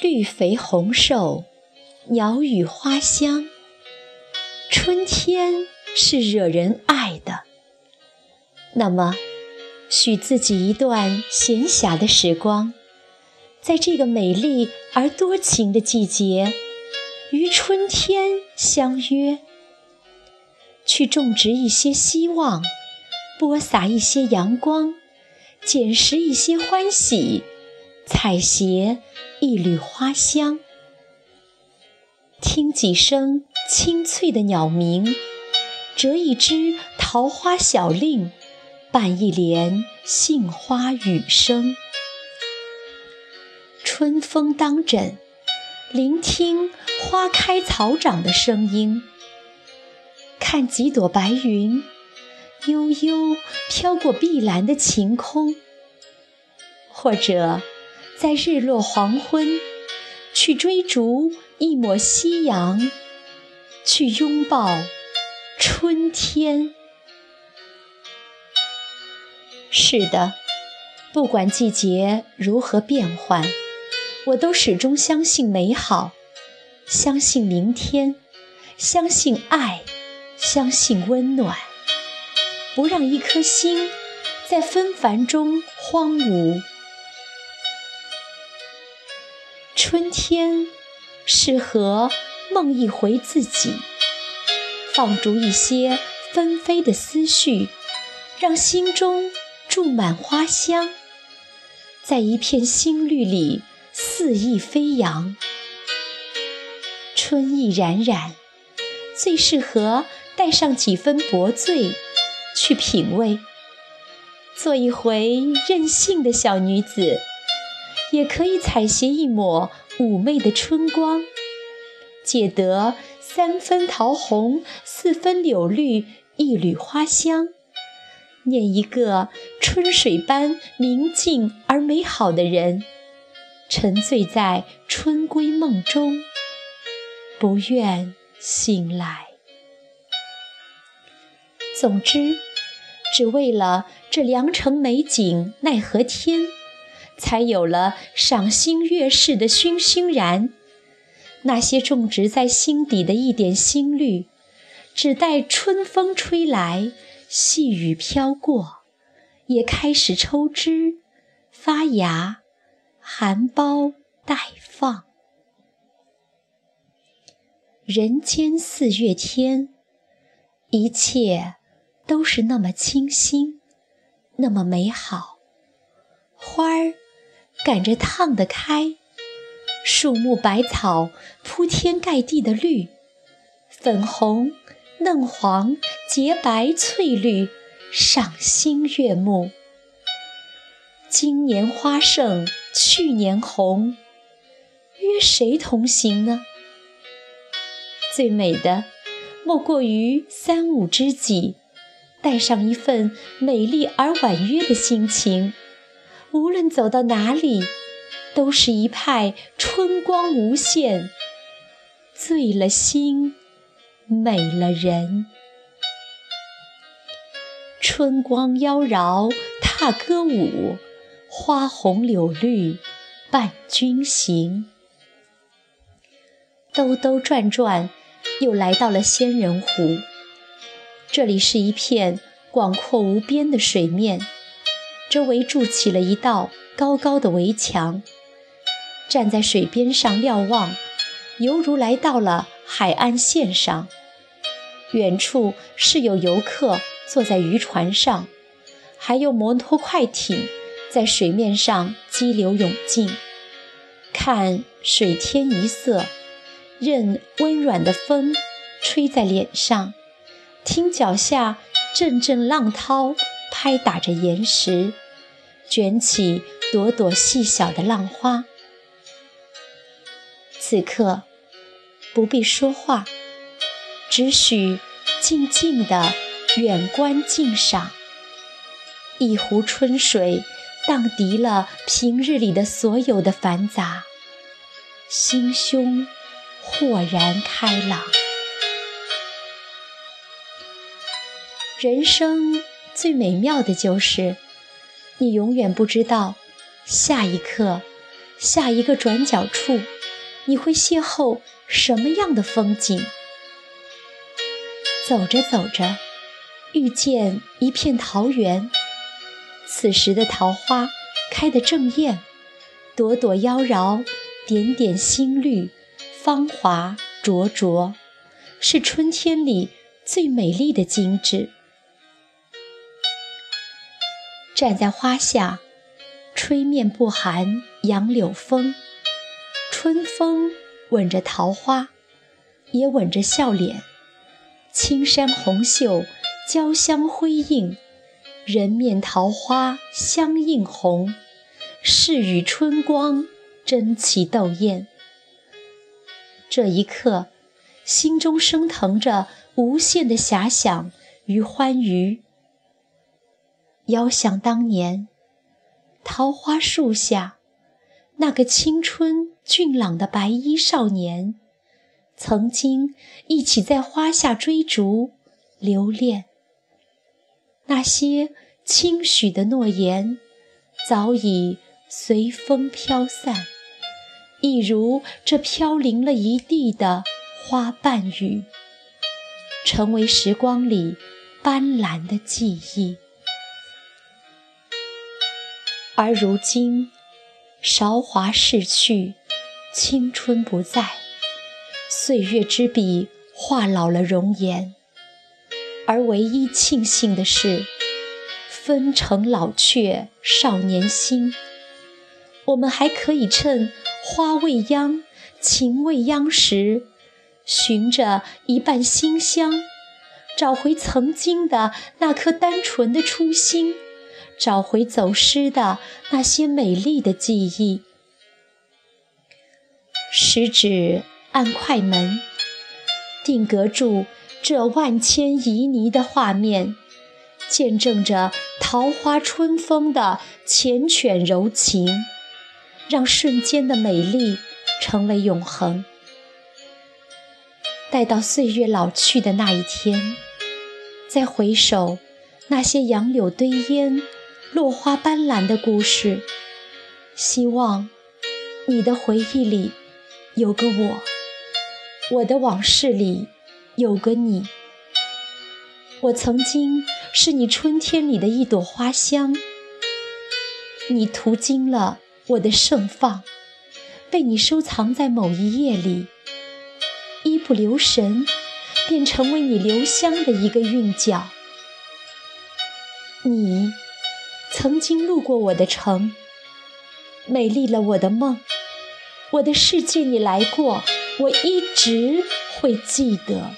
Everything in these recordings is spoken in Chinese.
绿肥红瘦，鸟语花香。春天是惹人爱的，那么许自己一段闲暇的时光，在这个美丽而多情的季节，与春天相约，去种植一些希望，播撒一些阳光，捡拾一些欢喜，采撷一缕花香，听几声清脆的鸟鸣，折一枝桃花小令，伴一帘杏花雨声。春风当枕，聆听花开草长的声音，看几朵白云悠悠飘过碧蓝的晴空，或者在日落黄昏，去追逐一抹夕阳，去拥抱春天。是的，不管季节如何变换，我都始终相信美好，相信明天，相信爱，相信温暖，不让一颗心在纷繁中荒芜。春天适合梦一回自己，放逐一些纷飞的思绪，让心中注满花香，在一片新绿里肆意飞扬。春意冉冉，最适合带上几分薄醉去品味，做一回任性的小女子，也可以采撷一抹妩媚的春光，借得3分桃红4分柳绿一缕花香，念一个春水般明净而美好的人，沉醉在春归梦中，不愿醒来。总之，只为了这良辰美景奈何天，才有了赏心悦事的熏熏然。那些种植在心底的一点新绿，只待春风吹来，细雨飘过，也开始抽枝发芽，含苞待放。人间4月天，一切都是那么清新，那么美好。花儿赶着烫得开，树木百草铺天盖地的绿，粉红、嫩黄、洁白、翠绿，赏心悦目。今年花盛，去年红，约谁同行呢？最美的莫过于3、5知己，带上一份美丽而婉约的心情，无论走到哪里，都是一派春光无限，醉了心，美了人。春光妖娆踏歌舞，花红柳绿伴君行。兜兜转转，又来到了仙人湖。这里是一片广阔无边的水面，周围筑起了一道高高的围墙。站在水边上瞭望，犹如来到了海岸线上。远处是有游客坐在渔船上，还有摩托快艇在水面上激流勇进。看水天一色，任温软的风吹在脸上，听脚下阵阵浪涛拍打着岩石，卷起朵朵细小的浪花。此刻不必说话，只许静静地远观静赏。一湖春水荡涤了平日里的所有的繁杂，心胸豁然开朗。人生最美妙的就是，你永远不知道下一刻，下一个转角处你会邂逅什么样的风景？走着走着，遇见一片桃园，此时的桃花开得正艳，朵朵妖娆，点点新绿，芳华灼灼，是春天里最美丽的景致。站在花下，吹面不寒杨柳风，春风吻着桃花，也吻着笑脸。青山红袖交相辉映，人面桃花相映红，世与春光争奇斗艳。这一刻，心中升腾着无限的遐想与欢愉。遥想当年，桃花树下，那个青春俊朗的白衣少年，曾经一起在花下追逐留恋。那些轻许的诺言，早已随风飘散，一如这飘零了一地的花瓣雨，成为时光里斑斓的记忆。而如今，韶华逝去，青春不在，岁月之笔画老了容颜。而唯一庆幸的是，风尘老却少年心，我们还可以趁花未央，情未央时，寻着一瓣馨香，找回曾经的那颗单纯的初心，找回走失的那些美丽的记忆。食指按快门，定格住这万千旖旎的画面，见证着桃花春风的缱绻柔情，让瞬间的美丽成为永恒。待到岁月老去的那一天，再回首那些杨柳堆烟、落花斑斓的故事，希望你的回忆里有个我，我的往事里有个你。我曾经是你春天里的一朵花香，你途经了我的盛放，被你收藏在某一页里，一不留神便成为你留香的一个韵脚。你曾经路过我的城，美丽了我的梦，我的世界你来过，我一直会记得。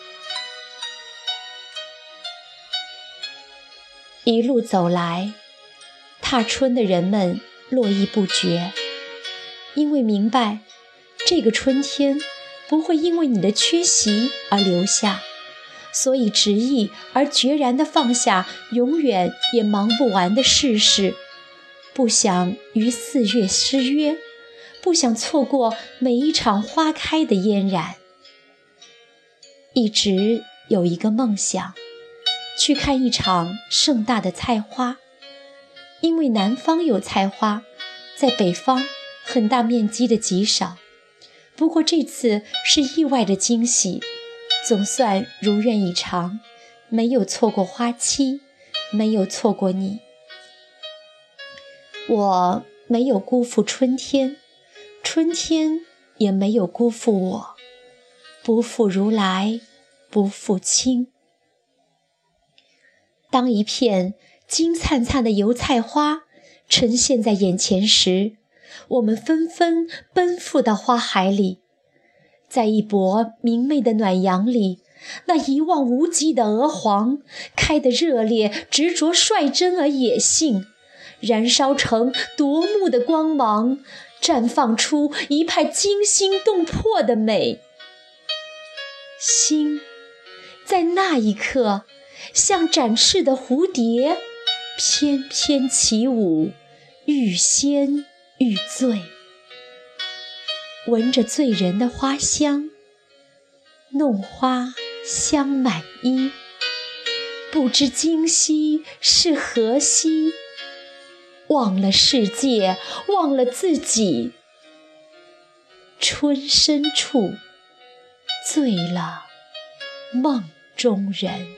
一路走来，踏春的人们络绎不绝，因为明白这个春天不会因为你的缺席而留下，所以执意而决然地放下永远也忙不完的事事，不想与4月失约，不想错过每一场花开的嫣然。一直有一个梦想，去看一场盛大的菜花，因为南方有菜花，在北方很大面积的极少。不过这次是意外的惊喜，总算如愿以偿，没有错过花期，没有错过你。我没有辜负春天，春天也没有辜负我，不负如来，不负卿。当一片金灿灿的油菜花呈现在眼前时，我们纷纷奔赴到花海里，在一波明媚的暖阳里，那一望无际的鹅黄开得热烈、执着、率真而野性，燃烧成夺目的光芒，绽放出一派惊心动魄的美。心在那一刻像展翅的蝴蝶，翩翩起舞，欲仙欲醉。闻着醉人的花香，弄花香满衣，不知今夕是何夕，忘了世界，忘了自己， 春深处，醉了梦中人。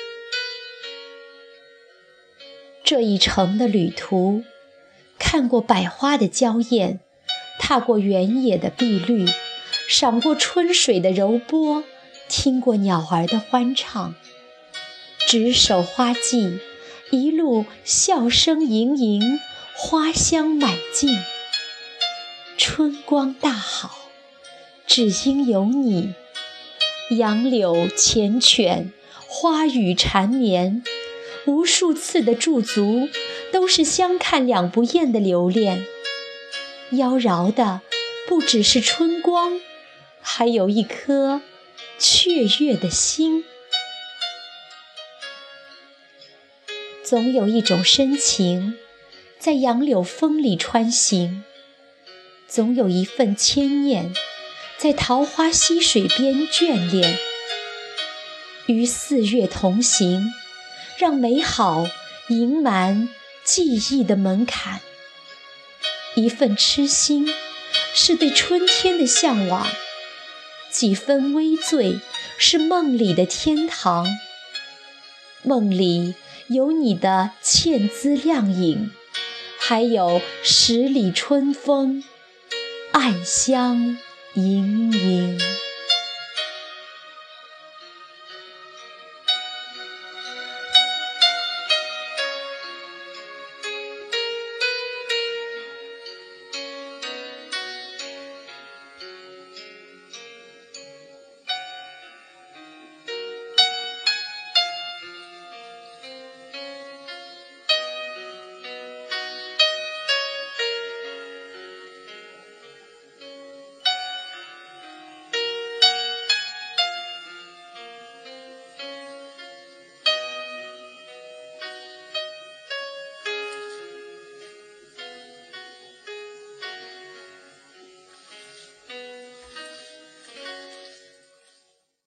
这一程的旅途，看过百花的娇艳，踏过原野的碧绿，赏过春水的柔波，听过鸟儿的欢唱，执手花季，一路笑声盈盈，花香满径。春光大好，只因有你。杨柳缱绻，花语缠绵，无数次的驻足，都是相看两不厌的留恋。妖娆的不只是春光，还有一颗雀跃的心。总有一种深情，在杨柳风里穿行，总有一份牵念，在桃花溪水边眷恋。与四月同行，让美好盈满记忆的门槛。一份痴心，是对春天的向往；几分微醉，是梦里的天堂。梦里有你的倩姿亮影，还有十里春风，暗香盈盈。